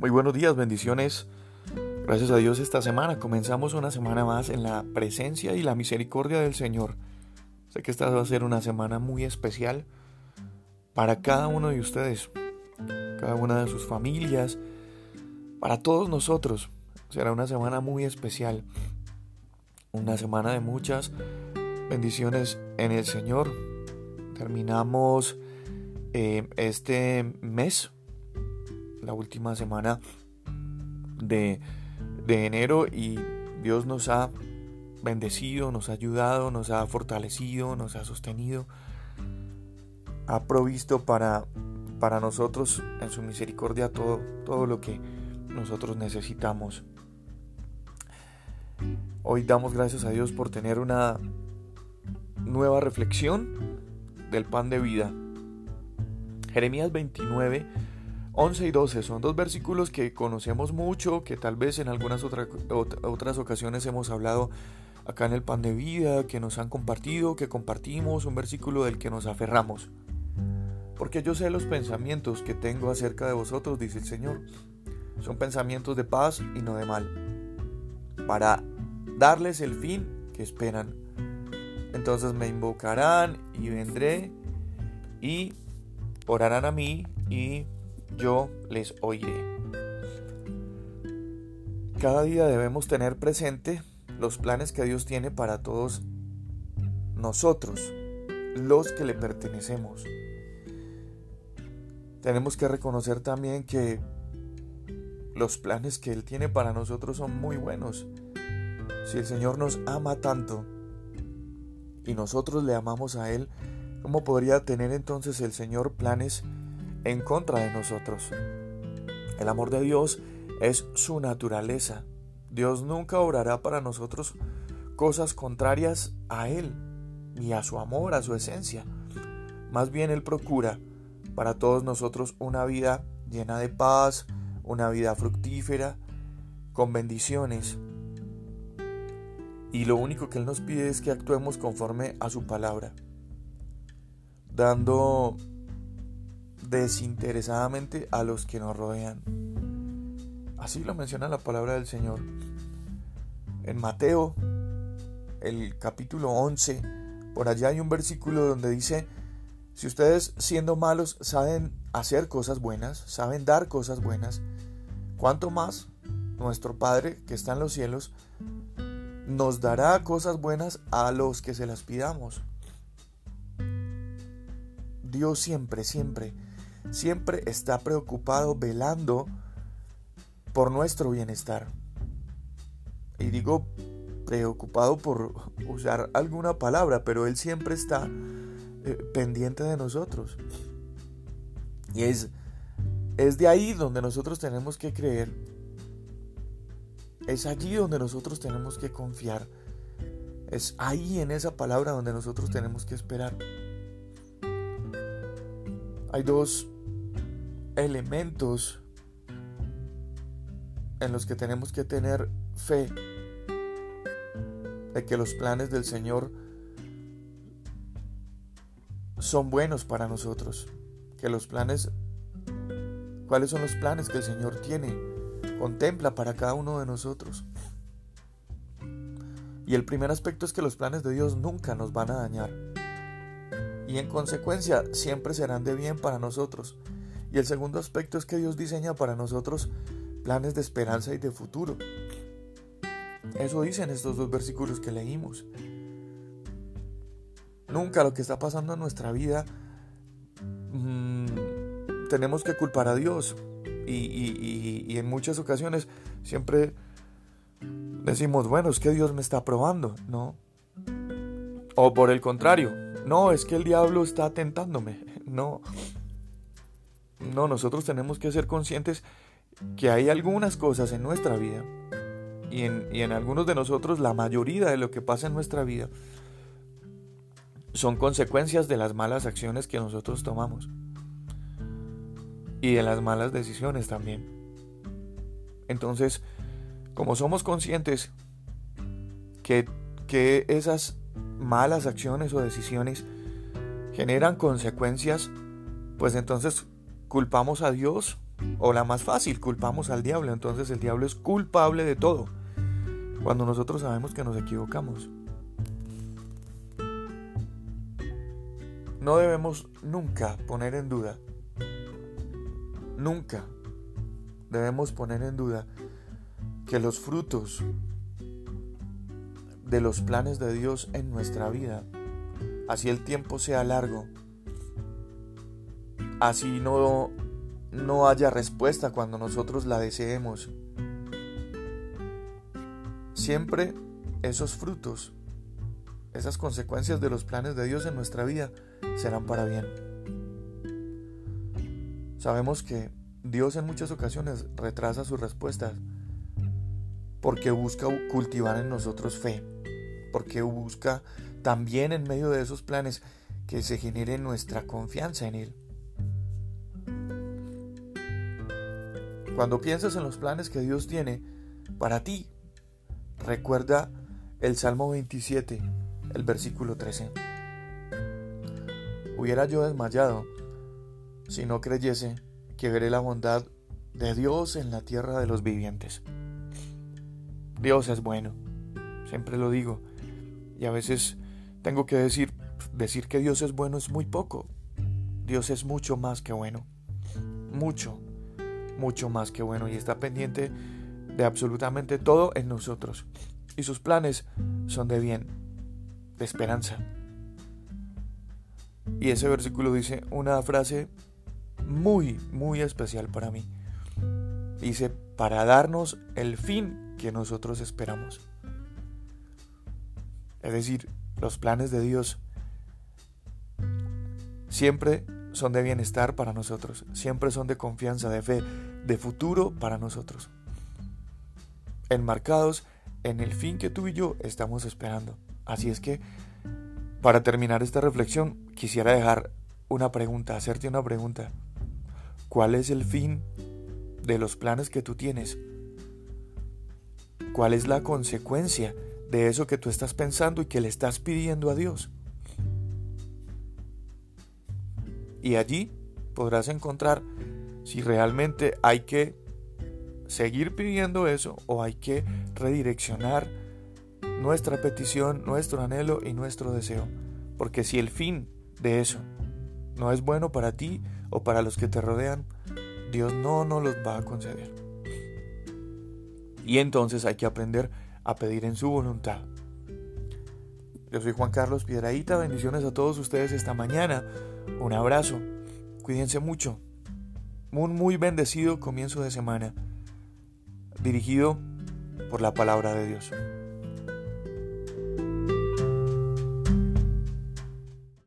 Muy buenos días, bendiciones. Gracias a Dios esta semana comenzamos una semana más en la presencia y la misericordia del Señor. Sé que esta va a ser una semana muy especial para cada uno de ustedes, cada una de sus familias, para todos nosotros. Será una semana muy especial, una semana de muchas bendiciones en el Señor. Terminamos este mes, la última semana de enero, y Dios nos ha bendecido, nos ha ayudado, nos ha fortalecido, nos ha sostenido, ha provisto para nosotros en su misericordia todo lo que nosotros necesitamos. Hoy damos gracias a Dios por tener una nueva reflexión del pan de vida. Jeremías 29, 11 y 12 son dos versículos que conocemos mucho, que tal vez en algunas otras ocasiones hemos hablado acá en el pan de vida, que nos han compartido, que compartimos, un versículo del que nos aferramos. Porque yo sé los pensamientos que tengo acerca de vosotros, dice el Señor. Son pensamientos de paz y no de mal, para darles el fin que esperan. Entonces me invocarán y vendré y orarán a mí y yo les oiré. Cada día debemos tener presente los planes que Dios tiene para todos nosotros, los que le pertenecemos. Tenemos que reconocer también que los planes que Él tiene para nosotros son muy buenos. Si el Señor nos ama tanto y nosotros le amamos a Él, ¿cómo podría tener entonces el Señor planes en contra de nosotros? El amor de Dios es su naturaleza. Dios nunca obrará para nosotros cosas contrarias a Él, ni a su amor, a su esencia. Más bien Él procura para todos nosotros una vida llena de paz, una vida fructífera, con bendiciones. Y lo único que Él nos pide es que actuemos conforme a su palabra, dando desinteresadamente a los que nos rodean. Así lo menciona la palabra del Señor. En Mateo, el capítulo 11, por allá hay un versículo donde dice: si ustedes, siendo malos, saben hacer cosas buenas, saben dar cosas buenas, ¿cuánto más nuestro Padre que está en los cielos nos dará cosas buenas a los que se las pidamos? Dios siempre está preocupado, velando por nuestro bienestar. Y digo preocupado por usar alguna palabra, pero Él siempre está pendiente de nosotros. Y es de ahí donde nosotros tenemos que creer. Es allí donde nosotros tenemos que confiar. Es ahí, en esa palabra, donde nosotros tenemos que esperar. Hay dos elementos en los que tenemos que tener fe de que los planes del Señor son buenos para nosotros. ¿Cuáles son los planes que el Señor contempla para cada uno de nosotros? Y el primer aspecto es que los planes de Dios nunca nos van a dañar, y en consecuencia siempre serán de bien para nosotros. Y el segundo aspecto es que Dios diseña para nosotros planes de esperanza y de futuro. Eso dicen estos dos versículos que leímos. Nunca lo que está pasando en nuestra vida tenemos que culpar a Dios. Y en muchas ocasiones siempre decimos: bueno, es que Dios me está probando, ¿no? O por el contrario: no, es que el diablo está tentándome. No, nosotros tenemos que ser conscientes que hay algunas cosas en nuestra vida, y en algunos de nosotros la mayoría de lo que pasa en nuestra vida son consecuencias de las malas acciones que nosotros tomamos y de las malas decisiones también. Entonces, como somos conscientes que esas malas acciones o decisiones generan consecuencias, pues entonces culpamos a Dios O la más fácil, culpamos al diablo. Entonces el diablo es culpable de todo, cuando nosotros sabemos que nos equivocamos. No debemos nunca poner en duda, nunca debemos poner en duda que los frutos de los planes de Dios en nuestra vida, así el tiempo sea largo, así no haya respuesta cuando nosotros la deseemos, siempre esos frutos, esas consecuencias de los planes de Dios en nuestra vida serán para bien. Sabemos que Dios en muchas ocasiones retrasa sus respuestas porque busca cultivar en nosotros fe, porque busca también en medio de esos planes que se genere nuestra confianza en Él. Cuando piensas en los planes que Dios tiene para ti, recuerda el Salmo 27, el versículo 13. Hubiera yo desmayado si no creyese que veré la bondad de Dios en la tierra de los vivientes. Dios es bueno, siempre lo digo, y a veces tengo que decir que Dios es bueno es muy poco. Dios es mucho más que bueno, mucho más que bueno, y está pendiente de absolutamente todo en nosotros, y sus planes son de bien, de esperanza. Y ese versículo dice una frase muy especial para mí. Dice, para darnos el fin que nosotros esperamos. Es decir, los planes de Dios siempre son de bienestar para nosotros, siempre son de confianza, de fe, de futuro para nosotros, enmarcados en el fin que tú y yo estamos esperando. Así es que, para terminar esta reflexión, quisiera dejar una pregunta, hacerte una pregunta. ¿Cuál es el fin de los planes que tú tienes? ¿Cuál es la consecuencia de eso que tú estás pensando y que le estás pidiendo a Dios? Y allí podrás encontrar si realmente hay que seguir pidiendo eso o hay que redireccionar nuestra petición, nuestro anhelo y nuestro deseo. Porque si el fin de eso no es bueno para ti o para los que te rodean, Dios no nos los va a conceder. Y entonces hay que aprender a pedir en su voluntad. Yo soy Juan Carlos Piedrahíta, bendiciones a todos ustedes esta mañana. Un abrazo, cuídense mucho. Un muy bendecido comienzo de semana, dirigido por la palabra de Dios.